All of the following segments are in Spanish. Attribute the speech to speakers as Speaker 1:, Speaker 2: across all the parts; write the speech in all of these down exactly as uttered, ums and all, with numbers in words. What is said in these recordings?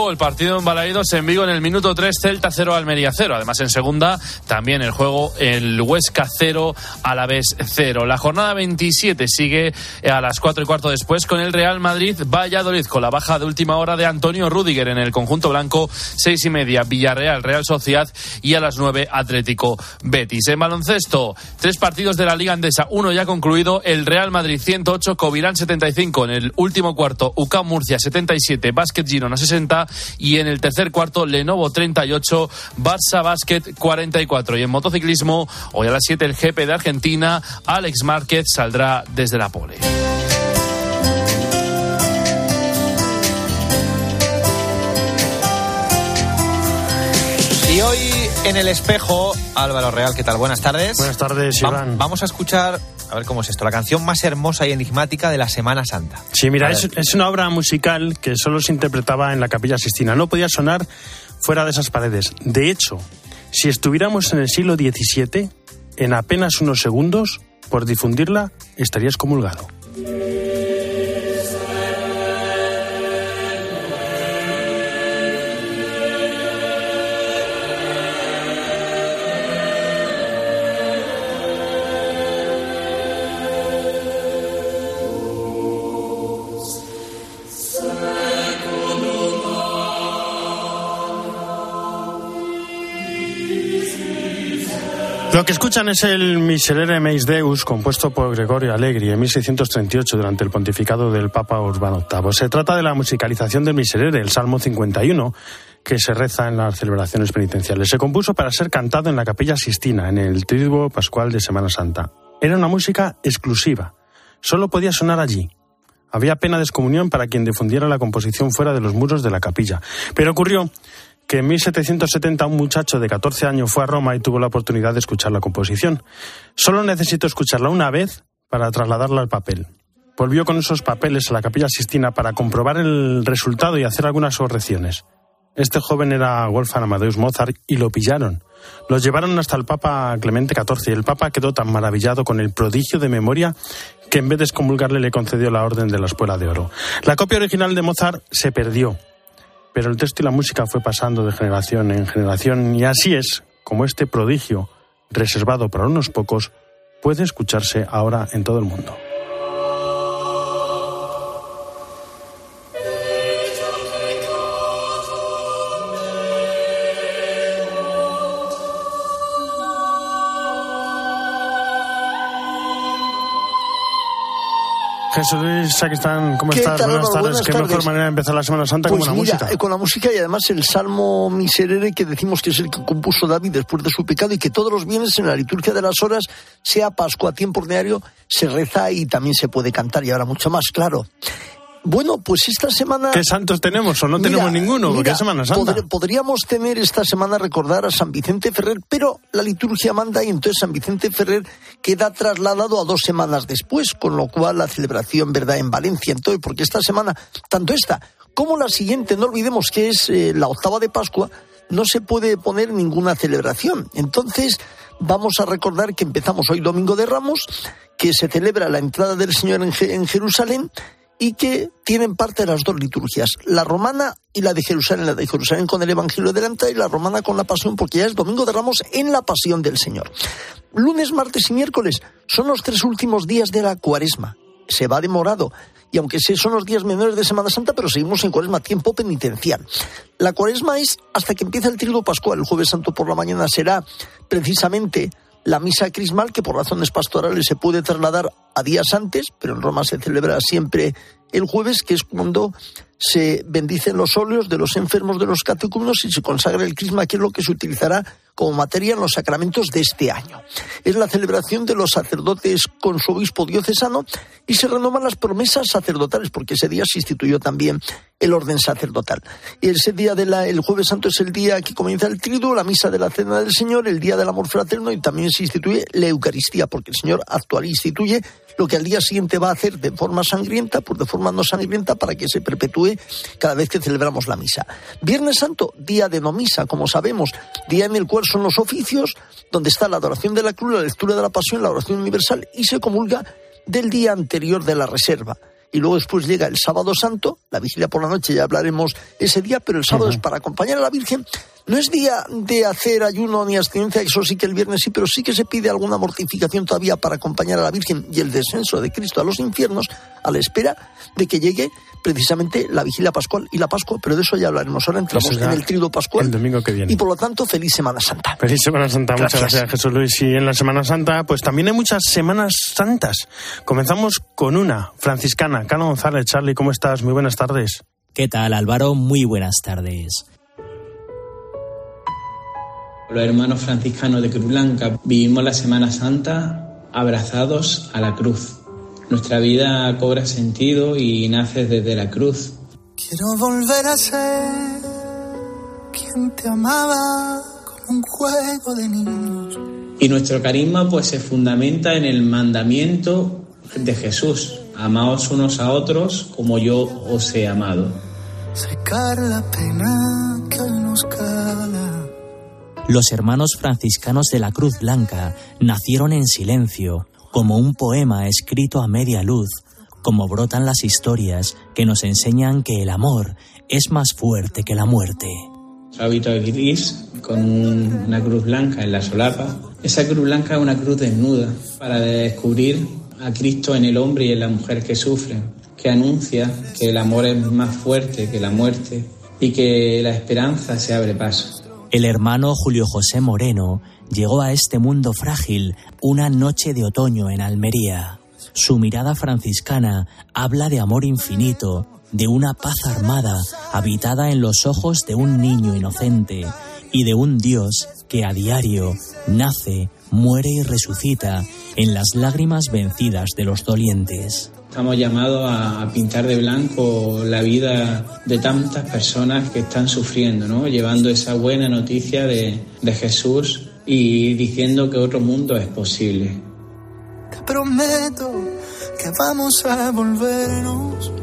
Speaker 1: El partido en Balaídos en Vigo en el minuto tres, Celta cero, Almería cero. Además, en segunda, también el juego, el Huesca cero, Alavés cero. La jornada veintisiete sigue a las cuatro y cuarto después con el Real Madrid-Valladolid, con la baja de última hora de Antonio Rüdiger en el conjunto blanco. Seis y media, Villarreal, Real Sociedad, y a las nueve, Atlético Betis. En baloncesto, tres partidos de la Liga Endesa, uno ya concluido. El Real Madrid ciento ocho, Covirán setenta y cinco. En el último cuarto, U C A M Murcia setenta y siete, Básquet Girona sesenta. Y en el tercer cuarto, Lenovo treinta y ocho, Barça Basket cuarenta y cuatro. Y en motociclismo, hoy a las siete, el G P de Argentina. Alex Márquez saldrá desde la pole.
Speaker 2: Y hoy en el espejo, Álvaro Real, ¿qué tal? Buenas tardes.
Speaker 3: Buenas tardes, Iván.
Speaker 2: Va- vamos a escuchar, a ver cómo es esto, la canción más hermosa y enigmática de la Semana Santa.
Speaker 3: Sí, mira, es, es una obra musical que solo se interpretaba en la Capilla Sixtina. No podía sonar fuera de esas paredes. De hecho, si estuviéramos en el siglo diecisiete, en apenas unos segundos, por difundirla, estarías comulgado. Lo que escuchan es el Miserere Meis Deus, compuesto por Gregorio Allegri en mil seiscientos treinta y ocho durante el pontificado del Papa Urbano octavo. Se trata de la musicalización del Miserere, el Salmo cincuenta y uno, que se reza en las celebraciones penitenciales. Se compuso para ser cantado en la Capilla Sixtina, en el Triduo Pascual de Semana Santa. Era una música exclusiva, solo podía sonar allí. Había pena de excomunión para quien difundiera la composición fuera de los muros de la capilla. Pero ocurrió que en mil setecientos setenta un muchacho de catorce años fue a Roma y tuvo la oportunidad de escuchar la composición. Solo necesitó escucharla una vez para trasladarla al papel. Volvió con esos papeles a la Capilla Sixtina para comprobar el resultado y hacer algunas correcciones. Este joven era Wolfgang Amadeus Mozart y lo pillaron. Lo llevaron hasta el Papa Clemente catorce y el Papa quedó tan maravillado con el prodigio de memoria que en vez de excomulgarle le concedió la Orden de la Espuela de Oro. La copia original de Mozart se perdió, pero el texto y la música fue pasando de generación en generación y así es como este prodigio, reservado para unos pocos, puede escucharse ahora en todo el mundo. Jesús Luis Sacristán, ¿cómo estás?
Speaker 4: Tal,
Speaker 3: Buenas tardes.
Speaker 4: Buenas
Speaker 3: Qué
Speaker 4: tardes.
Speaker 3: mejor manera de empezar la Semana Santa
Speaker 4: pues
Speaker 3: como la
Speaker 4: mira,
Speaker 3: música.
Speaker 4: Con la música y además el Salmo Miserere, que decimos que es el que compuso David después de su pecado y que todos los viernes en la liturgia de las horas, sea Pascua, tiempo ordinario, se reza y también se puede cantar y ahora mucho más, claro. Bueno, pues esta semana...
Speaker 3: ¿Qué santos tenemos o no
Speaker 4: Mira,
Speaker 3: tenemos ninguno? Porque
Speaker 4: mira,
Speaker 3: es Semana Santa.
Speaker 4: podr- podríamos tener esta semana recordar a San Vicente Ferrer, pero la liturgia manda y entonces San Vicente Ferrer queda trasladado a dos semanas después, con lo cual la celebración, ¿verdad?, en Valencia. Entonces, porque esta semana, tanto esta como la siguiente, no olvidemos que es eh, la octava de Pascua, no se puede poner ninguna celebración. Entonces, vamos a recordar que empezamos hoy Domingo de Ramos, que se celebra la entrada del Señor en, Je- en Jerusalén, y que tienen parte de las dos liturgias, la romana y la de Jerusalén, la de Jerusalén con el Evangelio delante y la romana con la Pasión, porque ya es Domingo de Ramos en la Pasión del Señor. Lunes, martes y miércoles son los tres últimos días de la Cuaresma. Se va demorado, y aunque son los días menores de Semana Santa, pero seguimos en Cuaresma, tiempo penitencial. La Cuaresma es hasta que empieza el Tríduo Pascual. El Jueves Santo por la mañana será precisamente la misa crismal, que por razones pastorales se puede trasladar a días antes, pero en Roma se celebra siempre el jueves, que es cuando se bendicen los óleos de los enfermos de los catecúmenos y se consagra el crisma, que es lo que se utilizará como materia en los sacramentos de este año. Es la celebración de los sacerdotes con su obispo diocesano y se renovan las promesas sacerdotales, porque ese día se instituyó también el orden sacerdotal. Y ese día de la, el Jueves Santo es el día que comienza el Triduo, la misa de la Cena del Señor, el día del amor fraterno, y también se instituye la Eucaristía, porque el Señor actual instituye lo que al día siguiente va a hacer de forma sangrienta, pues de forma no sangrienta, para que se perpetúe cada vez que celebramos la misa. Viernes Santo, día de no misa, como sabemos, día en el cual son los oficios, donde está la adoración de la cruz, la lectura de la pasión, la oración universal, y se comulga del día anterior de la reserva. Y luego después llega el Sábado Santo, La vigilia por la noche ya hablaremos ese día, pero el sábado uh-huh. es para acompañar a la Virgen. No es día de hacer ayuno ni abstinencia, eso sí que el viernes sí, pero sí que se pide alguna mortificación todavía para acompañar a la Virgen y el descenso de Cristo a los infiernos a la espera de que llegue precisamente la vigilia pascual y la Pascua, pero de eso ya hablaremos. Ahora entramos en el tríodo pascual.
Speaker 3: El domingo que viene.
Speaker 4: Y por lo tanto, feliz Semana Santa.
Speaker 3: Feliz Semana Santa,
Speaker 4: gracias.
Speaker 3: Muchas gracias, Jesús Luis. Y en la Semana Santa, pues también hay muchas Semanas Santas. Comenzamos con una, franciscana. Cano González. Charlie, ¿cómo estás? Muy buenas tardes.
Speaker 5: ¿Qué tal, Álvaro? Muy buenas tardes.
Speaker 6: Los hermanos franciscanos de Cruz Blanca vivimos la Semana Santa abrazados a la cruz. Nuestra vida cobra sentido y nace desde la cruz.
Speaker 7: Quiero volver a ser quien te amaba como un juego de niños.
Speaker 6: Y nuestro carisma pues se fundamenta en el mandamiento de Jesús. Amaos unos a otros como yo os he amado.
Speaker 7: Secar la pena que hoy nos cala.
Speaker 5: Los hermanos franciscanos de la Cruz Blanca nacieron en silencio, como un poema escrito a media luz, como brotan las historias que nos enseñan que el amor es más fuerte que la muerte.
Speaker 6: Su hábito es gris, con una cruz blanca en la solapa. Esa cruz blanca es una cruz desnuda, para descubrir a Cristo en el hombre y en la mujer que sufren, que anuncia que el amor es más fuerte que la muerte y que la esperanza se abre paso.
Speaker 5: El hermano Julio José Moreno llegó a este mundo frágil una noche de otoño en Almería. Su mirada franciscana habla de amor infinito, de una paz armada habitada en los ojos de un niño inocente y de un Dios que a diario nace, muere y resucita en las lágrimas vencidas de los dolientes.
Speaker 6: Estamos llamados a pintar de blanco la vida de tantas personas que están sufriendo, ¿no? Llevando esa buena noticia de, de Jesús y diciendo que otro mundo es posible.
Speaker 7: Te prometo que vamos a volvernos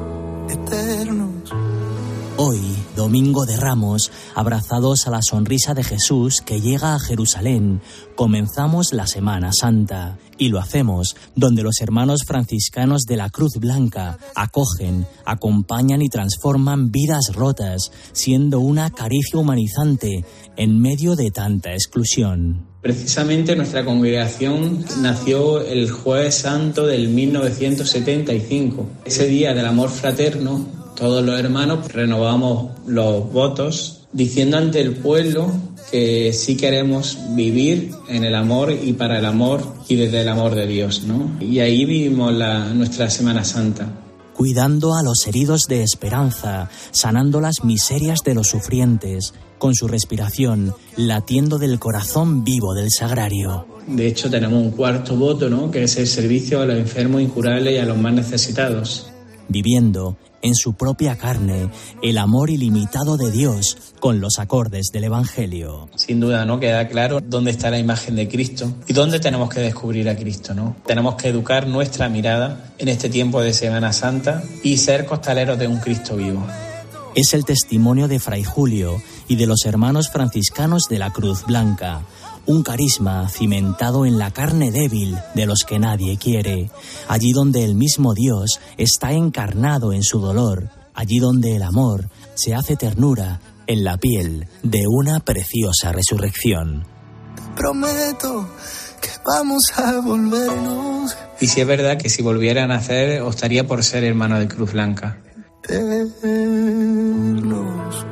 Speaker 7: eternos.
Speaker 5: Hoy, Domingo de Ramos, abrazados a la sonrisa de Jesús que llega a Jerusalén, comenzamos la Semana Santa. Y lo hacemos donde los hermanos franciscanos de la Cruz Blanca acogen, acompañan y transforman vidas rotas, siendo una caricia humanizante en medio de tanta exclusión.
Speaker 6: Precisamente nuestra congregación nació el Jueves Santo del mil novecientos setenta y cinco. Ese día del amor fraterno, todos los hermanos renovamos los votos diciendo ante el pueblo que sí queremos vivir en el amor y para el amor y desde el amor de Dios, ¿no? Y ahí vivimos la, nuestra Semana Santa.
Speaker 5: Cuidando a los heridos de esperanza, sanando las miserias de los sufrientes, con su respiración latiendo del corazón vivo del sagrario.
Speaker 6: De hecho, tenemos un cuarto voto, ¿no? Que es el servicio a los enfermos incurables y a los más necesitados.
Speaker 5: Viviendo en su propia carne el amor ilimitado de Dios con los acordes del Evangelio.
Speaker 6: Sin duda, ¿no? Queda claro dónde está la imagen de Cristo y dónde tenemos que descubrir a Cristo, ¿no? Tenemos que educar nuestra mirada en este tiempo de Semana Santa y ser costaleros de un Cristo vivo.
Speaker 5: Es el testimonio de Fray Julio y de los hermanos franciscanos de la Cruz Blanca. Un carisma cimentado en la carne débil de los que nadie quiere, allí donde el mismo Dios está encarnado en su dolor, allí donde el amor se hace ternura en la piel de una preciosa resurrección.
Speaker 7: Te prometo que vamos a volvernos.
Speaker 6: Y si es verdad que si volviera a nacer, optaría por ser hermano de Cruz Blanca.
Speaker 7: Eternos.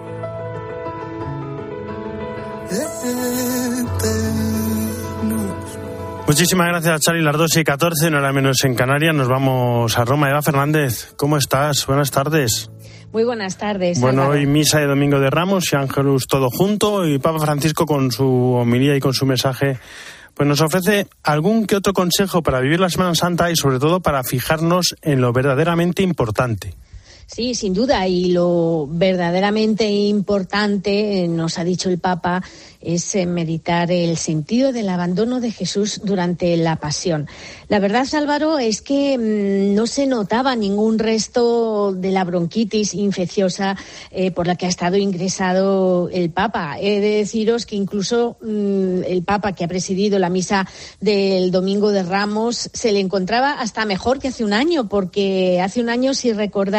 Speaker 3: Muchísimas gracias, Charly. Las dos y catorce, no era menos en Canarias. Nos vamos a Roma. Eva Fernández, ¿cómo estás? Buenas tardes.
Speaker 8: Muy buenas tardes.
Speaker 3: Bueno,
Speaker 8: Álvaro.
Speaker 3: Hoy misa de Domingo de Ramos y Ángelus todo junto, y Papa Francisco con su homilía y con su mensaje pues nos ofrece algún que otro consejo para vivir la Semana Santa y sobre todo para fijarnos en lo verdaderamente importante.
Speaker 8: Sí, sin duda, y lo verdaderamente importante, nos ha dicho el Papa, es meditar el sentido del abandono de Jesús durante la pasión. La verdad, Álvaro, es que mmm, no se notaba ningún resto de la bronquitis infecciosa eh, por la que ha estado ingresado el Papa. He de deciros que incluso mmm, el Papa, que ha presidido la misa del Domingo de Ramos, se le encontraba hasta mejor que hace un año, porque hace un año, si recordáis,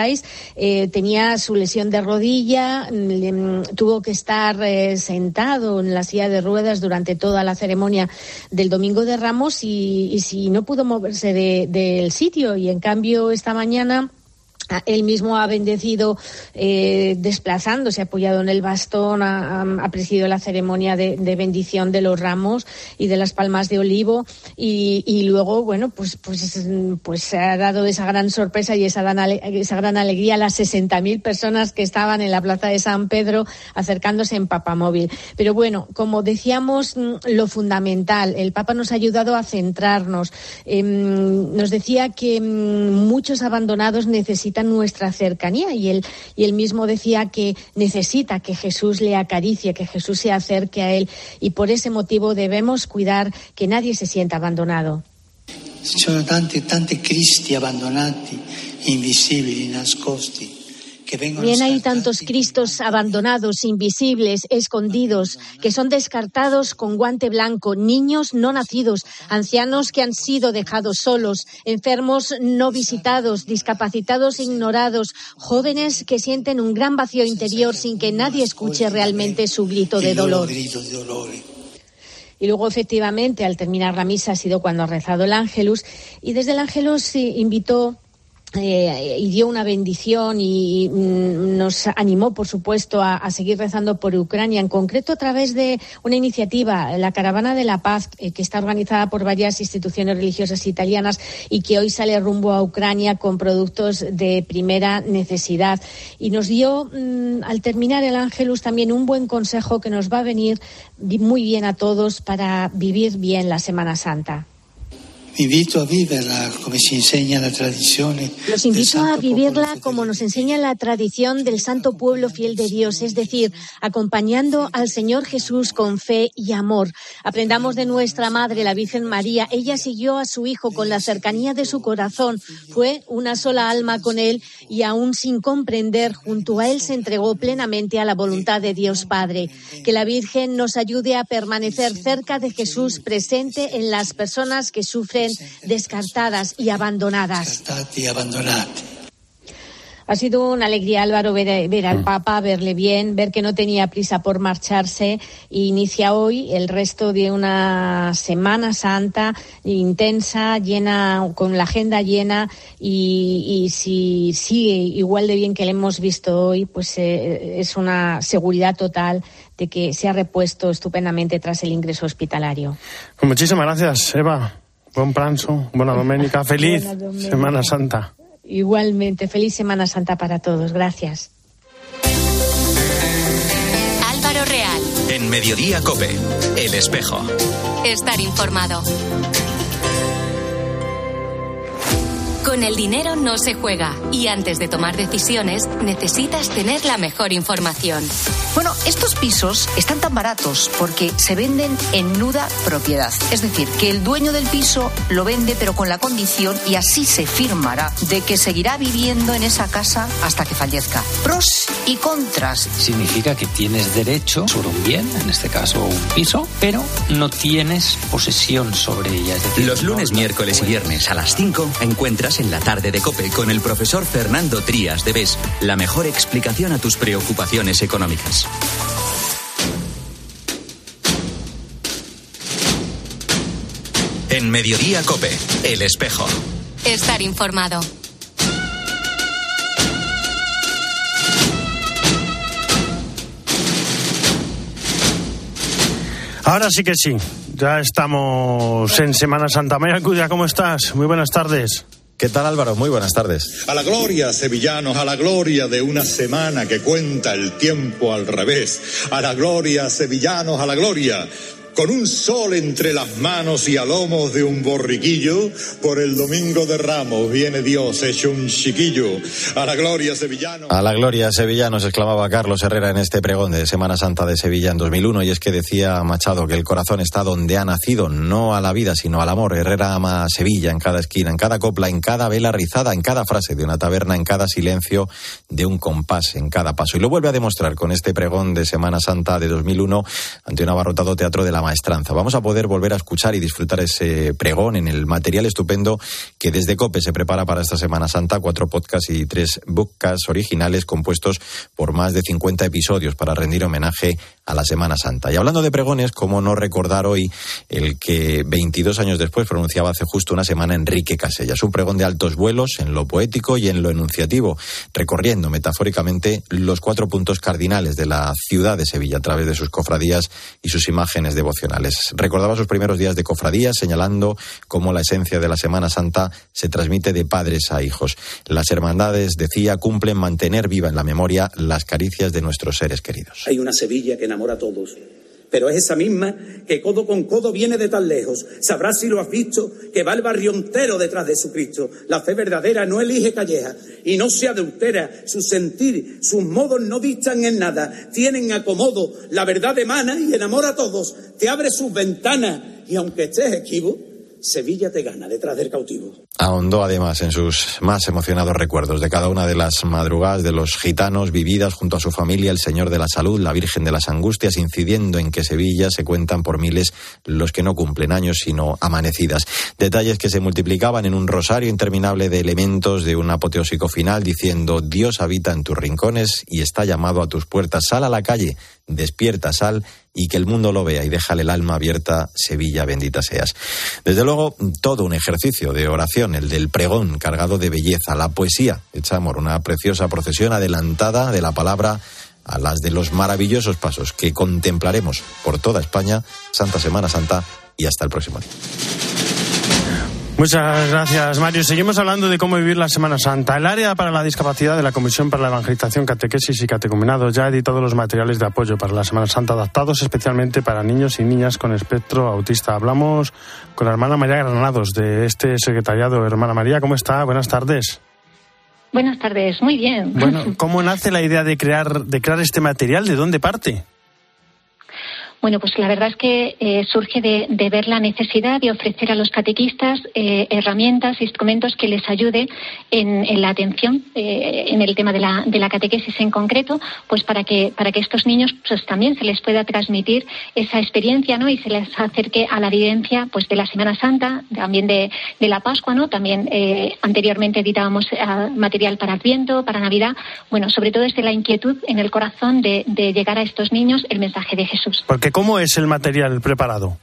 Speaker 8: Eh, tenía su lesión de rodilla, le, tuvo que estar eh, sentado en la silla de ruedas durante toda la ceremonia del Domingo de Ramos y, y si no pudo moverse de, del sitio. Y en cambio esta mañana él mismo ha bendecido eh, desplazándose, apoyado en el bastón, ha, ha presidido la ceremonia de, de bendición de los ramos y de las palmas de olivo y, y luego, bueno, pues pues pues ha dado esa gran sorpresa y esa gran, esa gran alegría a las sesenta mil personas que estaban en la plaza de San Pedro acercándose en Papamóvil. Pero bueno, como decíamos, lo fundamental, el Papa nos ha ayudado a centrarnos. Eh, nos decía que muchos abandonados necesitan nuestra cercanía y él, y él mismo decía que necesita que Jesús le acaricie, que Jesús se acerque a él y por ese motivo debemos cuidar que nadie se sienta abandonado.
Speaker 7: Ci sono tanti, tanti Cristi abbandonati, invisibili, nascosti.
Speaker 8: Bien, hay tantos Cristos abandonados, invisibles, escondidos, que son descartados con guante blanco, niños no nacidos, ancianos que han sido dejados solos, enfermos no visitados, discapacitados ignorados, jóvenes que sienten un gran vacío interior sin que nadie escuche realmente su grito de dolor. Y luego, efectivamente, al terminar la misa ha sido cuando ha rezado el Ángelus y desde el Ángelus invitó Eh, y dio una bendición y mm, nos animó, por supuesto, a, a seguir rezando por Ucrania, en concreto a través de una iniciativa, la Caravana de la Paz, eh, que está organizada por varias instituciones religiosas italianas y que hoy sale rumbo a Ucrania con productos de primera necesidad. Y nos dio, mm, al terminar el Ángelus, también un buen consejo que nos va a venir muy bien a todos para vivir bien la Semana Santa.
Speaker 7: Invito a viverla como se enseña la tradición.
Speaker 8: Los invito a vivirla como nos enseña la tradición del santo pueblo fiel de Dios, es decir, acompañando al Señor Jesús con fe y amor. Aprendamos de nuestra Madre, la Virgen María. Ella siguió a su Hijo con la cercanía de su corazón. Fue una sola alma con Él y aún sin comprender, junto a Él se entregó plenamente a la voluntad de Dios Padre. Que la Virgen nos ayude a permanecer cerca de Jesús, presente en las personas que sufren descartadas y abandonadas. Ha sido una alegría, Álvaro, ver, ver al Papa, verle bien, ver que no tenía prisa por marcharse. Y inicia hoy el resto de una Semana Santa intensa, llena, con la agenda llena. Y, y si sigue igual de bien que le hemos visto hoy, pues eh, es una seguridad total de que se ha repuesto estupendamente tras el ingreso hospitalario.
Speaker 3: Pues muchísimas gracias, Eva. Buen pranzo, buena doménica, feliz buena doménica. Semana Santa.
Speaker 8: Igualmente, feliz Semana Santa para todos. Gracias.
Speaker 9: Álvaro Real.
Speaker 10: En Mediodía COPE, El Espejo.
Speaker 9: Estar informado. Con el dinero no se juega y antes de tomar decisiones necesitas tener la mejor información.
Speaker 11: Bueno, estos pisos están tan baratos porque se venden en nuda propiedad. Es decir, que el dueño del piso lo vende pero con la condición, y así se firmará, de que seguirá viviendo en esa casa hasta que fallezca. Pros y contras.
Speaker 12: Significa que tienes derecho sobre un bien, en este caso un piso, pero no tienes posesión sobre ella. Es decir,
Speaker 10: los lunes,
Speaker 12: no,
Speaker 10: miércoles no y viernes a las cinco encuentras en la tarde de COPE con el profesor Fernando Trías de Bes la mejor explicación a tus preocupaciones económicas. En Mediodía COPE, El Espejo.
Speaker 9: Estar informado.
Speaker 3: Ahora sí que sí, ya estamos en Semana Santa. María Alcudia, ¿cómo estás? Muy buenas tardes.
Speaker 13: ¿Qué tal, Álvaro? Muy buenas tardes.
Speaker 14: A la gloria, sevillanos, a la gloria de una semana que cuenta el tiempo al revés. A la gloria, sevillanos, a la gloria. Con un sol entre las manos y a lomos de un borriquillo, por el Domingo de Ramos viene Dios hecho un chiquillo. A la gloria, sevillanos.
Speaker 13: A la gloria, sevillanos, exclamaba Carlos Herrera en este pregón de Semana Santa de Sevilla en dos mil uno. Y es que decía Machado que el corazón está donde ha nacido, no a la vida, sino al amor. Herrera ama a Sevilla en cada esquina, en cada copla, en cada vela rizada, en cada frase de una taberna, en cada silencio de un compás, en cada paso. Y lo vuelve a demostrar con este pregón de Semana Santa de dos mil uno ante un abarrotado Teatro de la maestranza. Vamos a poder volver a escuchar y disfrutar ese pregón en el material estupendo que desde COPE se prepara para esta Semana Santa, cuatro podcasts y tres bookcasts originales compuestos por más de cincuenta episodios para rendir homenaje a la Semana Santa. Y hablando de pregones, ¿cómo no recordar hoy el que veintidós años después pronunciaba hace justo una semana Enrique Casellas? Un pregón de altos vuelos en lo poético y en lo enunciativo, recorriendo metafóricamente los cuatro puntos cardinales de la ciudad de Sevilla a través de sus cofradías y sus imágenes devocionales. Recordaba sus primeros días de cofradía, señalando cómo la esencia de la Semana Santa se transmite de padres a hijos. Las hermandades, decía, cumplen mantener viva en la memoria las caricias de nuestros seres queridos.
Speaker 15: Hay una Sevilla que enamora a todos, pero es esa misma que codo con codo viene de tan lejos. Sabrás si lo has visto, que va el barrio entero detrás de su Cristo. La fe verdadera no elige calleja y no se adultera. Su sentir, sus modos no distan en nada. Tienen acomodo, la verdad emana y enamora a todos. Te abre sus ventanas y aunque estés esquivo, Sevilla te gana detrás del cautivo.
Speaker 13: Ahondó además en sus más emocionados recuerdos de cada una de las madrugadas de los gitanos vividas junto a su familia, el Señor de la Salud, la Virgen de las Angustias, incidiendo en que Sevilla se cuentan por miles los que no cumplen años sino amanecidas. Detalles que se multiplicaban en un rosario interminable de elementos de un apoteósico final diciendo: Dios habita en tus rincones y está llamado a tus puertas. Sal a la calle, despierta, sal y que el mundo lo vea y déjale el alma abierta, Sevilla, bendita seas. Desde luego, todo un ejercicio de oración, el del pregón cargado de belleza, la poesía hecha amor, una preciosa procesión adelantada de la palabra a las de los maravillosos pasos que contemplaremos por toda España. Santa Semana Santa y hasta el próximo día.
Speaker 3: Muchas gracias, Mario. Seguimos hablando de cómo vivir la Semana Santa. El área para la discapacidad de la Comisión para la Evangelización, Catequesis y Catecumenado ya ha editado los materiales de apoyo para la Semana Santa adaptados especialmente para niños y niñas con espectro autista. Hablamos con la hermana María Granados de este secretariado. Hermana María, ¿cómo está? Buenas tardes.
Speaker 16: Buenas tardes, muy bien.
Speaker 3: Bueno, ¿cómo nace la idea de crear, de crear este material? ¿De dónde parte?
Speaker 16: Bueno, pues la verdad es que eh, surge de, de ver la necesidad de ofrecer a los catequistas eh, herramientas, instrumentos que les ayude en, en la atención, eh, en el tema de la, de la catequesis en concreto, pues para que para que estos niños pues también se les pueda transmitir esa experiencia, ¿no? Y se les acerque a la vivencia pues de la Semana Santa, también de, de la Pascua, ¿no? También eh, anteriormente editábamos eh, material para Adviento, para Navidad. Bueno, sobre todo desde la inquietud en el corazón de, de llegar a estos niños el mensaje de Jesús.
Speaker 3: Porque ¿cómo es el material preparado?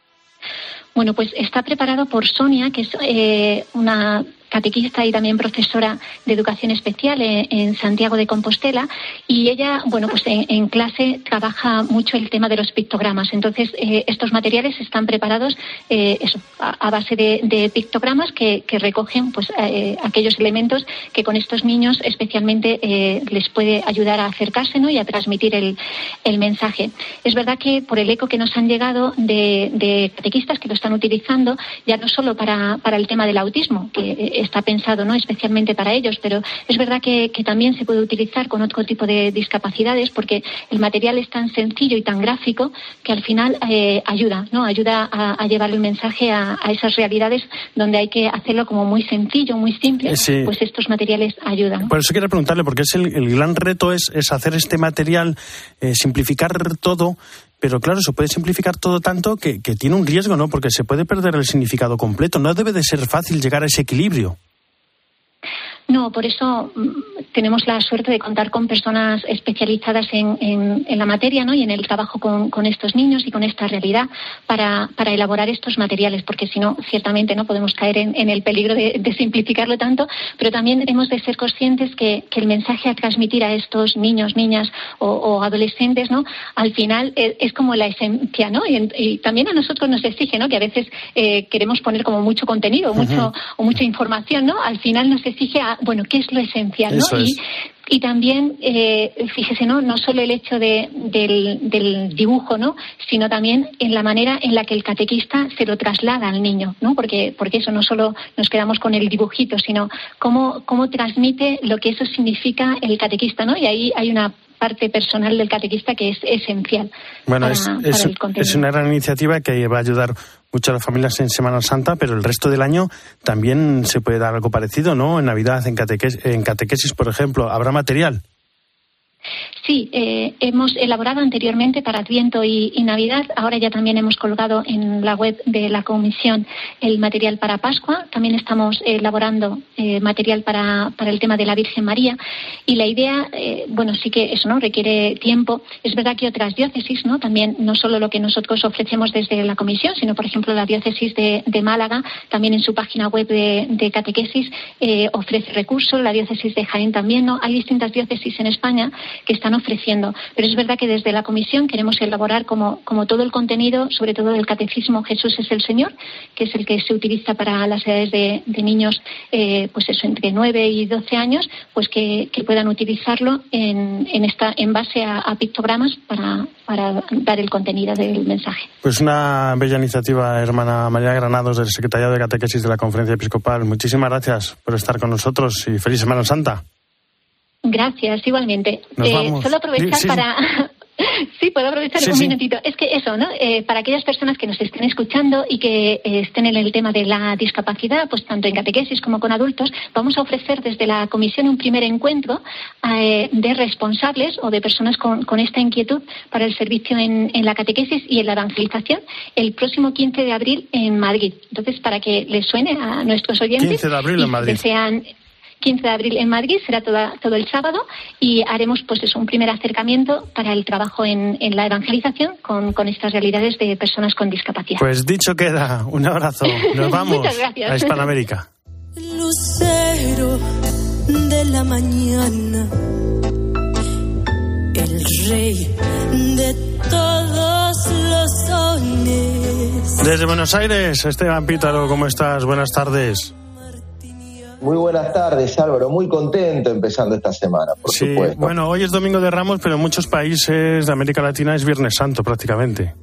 Speaker 16: Bueno, pues está preparado por Sonia, que es eh, una catequista y también profesora de educación especial en, en Santiago de Compostela, y ella, bueno, pues en, en clase trabaja mucho el tema de los pictogramas. Entonces, eh, estos materiales están preparados eh, eso, a, a base de, de pictogramas que, que recogen pues eh, aquellos elementos que con estos niños especialmente eh, les puede ayudar a acercarse, ¿no? Y a transmitir el, el mensaje. Es verdad que por el eco que nos han llegado de, de catequistas que lo están utilizando, ya no solo para, para el tema del autismo, que está pensado, ¿no?, especialmente para ellos, pero es verdad que, que también se puede utilizar con otro tipo de discapacidades, porque el material es tan sencillo y tan gráfico que al final eh, ayuda, ¿no? Ayuda a, a llevar el mensaje a, a esas realidades donde hay que hacerlo como muy sencillo, muy simple. Sí. Pues estos materiales ayudan.
Speaker 3: Por eso quiero preguntarle, porque es el, el gran reto es, es hacer este material, eh, simplificar todo. Pero claro, se puede simplificar todo tanto que, que tiene un riesgo, ¿no? Porque se puede perder el significado completo. No debe de ser fácil llegar a ese equilibrio.
Speaker 16: No, por eso tenemos la suerte de contar con personas especializadas en, en, en la materia, ¿no? Y en el trabajo con, con estos niños y con esta realidad para, para elaborar estos materiales, porque si no, ciertamente no podemos caer en, en el peligro de, de simplificarlo tanto, pero también hemos de ser conscientes que, que el mensaje a transmitir a estos niños, niñas o, o adolescentes, ¿no?, al final es, es como la esencia, ¿no? Y, y también a nosotros nos exige, ¿no?, que a veces eh, queremos poner como mucho contenido, mucho uh-huh. o mucha información, ¿no? Al final nos exige a, bueno, ¿qué es lo esencial, no? Y, y también, eh, fíjese, ¿no?, no solo el hecho de, del, del dibujo, ¿no?, sino también en la manera en la que el catequista se lo traslada al niño, ¿no? Porque, porque eso no solo nos quedamos con el dibujito, sino cómo, cómo transmite lo que eso significa el catequista, ¿no? Y ahí hay una parte personal del catequista que es esencial. Bueno, para,
Speaker 3: es,
Speaker 16: para
Speaker 3: es,
Speaker 16: el contenido.
Speaker 3: Es una gran iniciativa que va a ayudar mucho a las familias en Semana Santa, pero el resto del año también se puede dar algo parecido, ¿no? En Navidad, en catequesis, en catequesis, por ejemplo, ¿habrá material?
Speaker 16: Sí, eh, hemos elaborado anteriormente para Adviento y, y Navidad. Ahora ya también hemos colgado en la web de la Comisión el material para Pascua. También estamos elaborando eh, material para, para el tema de la Virgen María. Y la idea, eh, bueno, sí que eso no requiere tiempo. Es verdad que otras diócesis, ¿no? También no solo lo que nosotros ofrecemos desde la Comisión, sino, por ejemplo, la diócesis de, de Málaga, también en su página web de, de catequesis eh, ofrece recursos. La diócesis de Jaén también, ¿no? Hay distintas diócesis en España que están ofreciendo. Pero es verdad que desde la Comisión queremos elaborar como, como todo el contenido, sobre todo del Catecismo Jesús es el Señor, que es el que se utiliza para las edades de, de niños, eh, pues eso, entre nueve y doce años, pues que, que puedan utilizarlo en, en, esta, en base a, a pictogramas para, para dar el contenido del mensaje.
Speaker 3: Pues una bella iniciativa, hermana María Granados, del Secretariado de Catequesis de la Conferencia Episcopal. Muchísimas gracias por estar con nosotros y feliz Semana Santa.
Speaker 16: Gracias, igualmente. Eh, solo aprovechar sí, sí. para... Sí, puedo aprovechar sí, un sí. minutito. Es que eso, ¿no? Eh, para aquellas personas que nos estén escuchando y que eh, estén en el tema de la discapacidad, pues tanto en catequesis como con adultos, vamos a ofrecer desde la Comisión un primer encuentro eh, de responsables o de personas con, con esta inquietud para el servicio en, en la catequesis y en la evangelización el próximo quince de abril en Madrid. Entonces, para que les suene a nuestros oyentes,
Speaker 3: quince de abril en Madrid.
Speaker 16: Desean quince de abril en Madrid, será toda, todo el sábado y haremos pues eso, un primer acercamiento para el trabajo en, en la evangelización con, con estas realidades de personas con discapacidad.
Speaker 3: Pues dicho queda, un abrazo, nos vamos
Speaker 16: Muchas gracias.
Speaker 3: A Hispanoamérica.
Speaker 17: Lucero de la mañana, el rey de todos los sones.
Speaker 3: Desde Buenos Aires, Esteban Pítaro, ¿cómo estás? Buenas tardes.
Speaker 18: Muy buenas tardes, Álvaro. Muy contento empezando esta semana, por
Speaker 3: sí,
Speaker 18: supuesto.
Speaker 3: Bueno, hoy es Domingo de Ramos, pero en muchos países de América Latina es Viernes Santo prácticamente.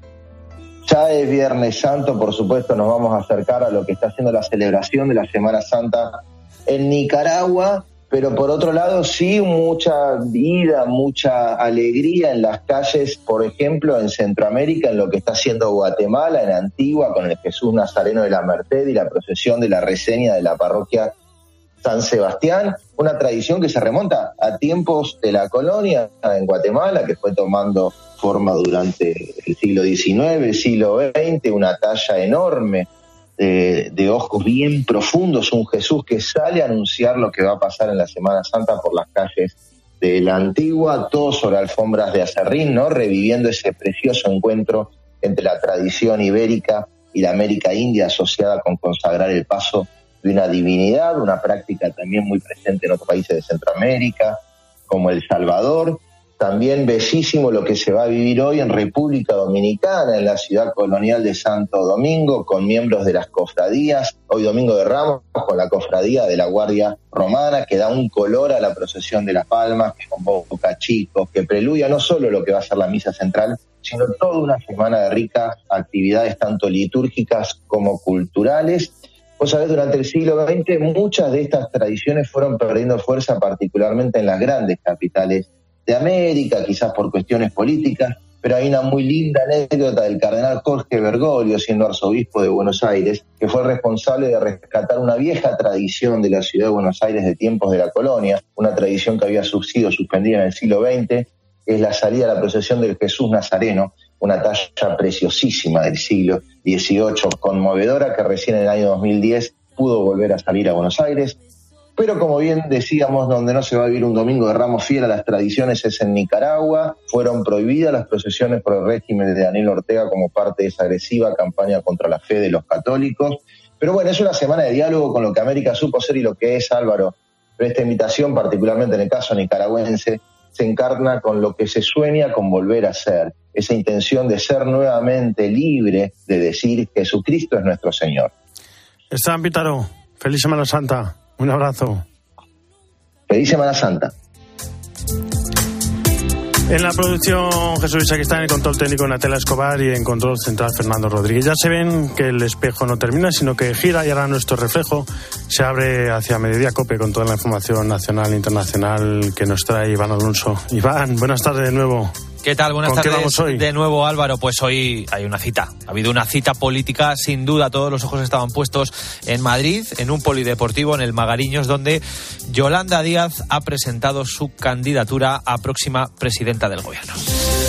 Speaker 18: Ya es Viernes Santo, por supuesto, nos vamos a acercar a lo que está haciendo la celebración de la Semana Santa en Nicaragua, pero por otro lado sí mucha vida, mucha alegría en las calles, por ejemplo, en Centroamérica, en lo que está haciendo Guatemala, en Antigua, con el Jesús Nazareno de la Merced y la procesión de la reseña de la parroquia San Sebastián, una tradición que se remonta a tiempos de la colonia en Guatemala, que fue tomando forma durante el siglo diecinueve, el siglo veinte, una talla enorme de, de ojos bien profundos, un Jesús que sale a anunciar lo que va a pasar en la Semana Santa por las calles de la Antigua, todo sobre alfombras de acerrín, ¿no? Reviviendo ese precioso encuentro entre la tradición ibérica y la América India, asociada con consagrar el paso de una divinidad, una práctica también muy presente en otros países de Centroamérica, como El Salvador. También bellísimo lo que se va a vivir hoy en República Dominicana, en la ciudad colonial de Santo Domingo, con miembros de las cofradías, hoy Domingo de Ramos, con la cofradía de la Guardia Romana, que da un color a la procesión de las palmas, que convoca chicos, que preludia no solo lo que va a ser la misa central, sino toda una semana de ricas actividades, tanto litúrgicas como culturales. Vos sabés, durante el siglo veinte muchas de estas tradiciones fueron perdiendo fuerza, particularmente en las grandes capitales de América, quizás por cuestiones políticas, pero hay una muy linda anécdota del cardenal Jorge Bergoglio, siendo arzobispo de Buenos Aires, que fue responsable de rescatar una vieja tradición de la ciudad de Buenos Aires de tiempos de la colonia, una tradición que había sido suspendida en el siglo veinte, es la salida a la procesión del Jesús Nazareno, una talla preciosísima del siglo dieciocho, conmovedora, que recién en el año dos mil diez pudo volver a salir a Buenos Aires. Pero como bien decíamos, donde no se va a vivir un Domingo de Ramos fiel a las tradiciones es en Nicaragua. Fueron prohibidas las procesiones por el régimen de Daniel Ortega como parte de esa agresiva campaña contra la fe de los católicos. Pero bueno, es una semana de diálogo con lo que América supo ser y lo que es, Álvaro. Pero esta invitación, particularmente en el caso nicaragüense, se encarna con lo que se sueña con volver a ser. Esa intención de ser nuevamente libre, de decir Jesucristo es nuestro Señor.
Speaker 3: Esteban Pítaro, feliz Semana Santa. Un abrazo.
Speaker 18: Feliz Semana Santa.
Speaker 3: En la producción Jesús Isaac, está en el control técnico Natela Escobar y en control central Fernando Rodríguez. Ya se ven que el espejo no termina, sino que gira y ahora nuestro reflejo se abre hacia Mediodía Cope con toda la información nacional e internacional que nos trae Iván Alonso. Iván, buenas tardes de nuevo.
Speaker 2: ¿Qué tal? Buenas
Speaker 3: ¿Con qué
Speaker 2: tardes
Speaker 3: vamos hoy?
Speaker 2: de nuevo, Álvaro. Pues hoy hay una cita. Ha habido una cita política, sin duda. Todos los ojos estaban puestos en Madrid, en un polideportivo, en el Magariños, donde Yolanda Díaz ha presentado su candidatura a próxima presidenta del gobierno.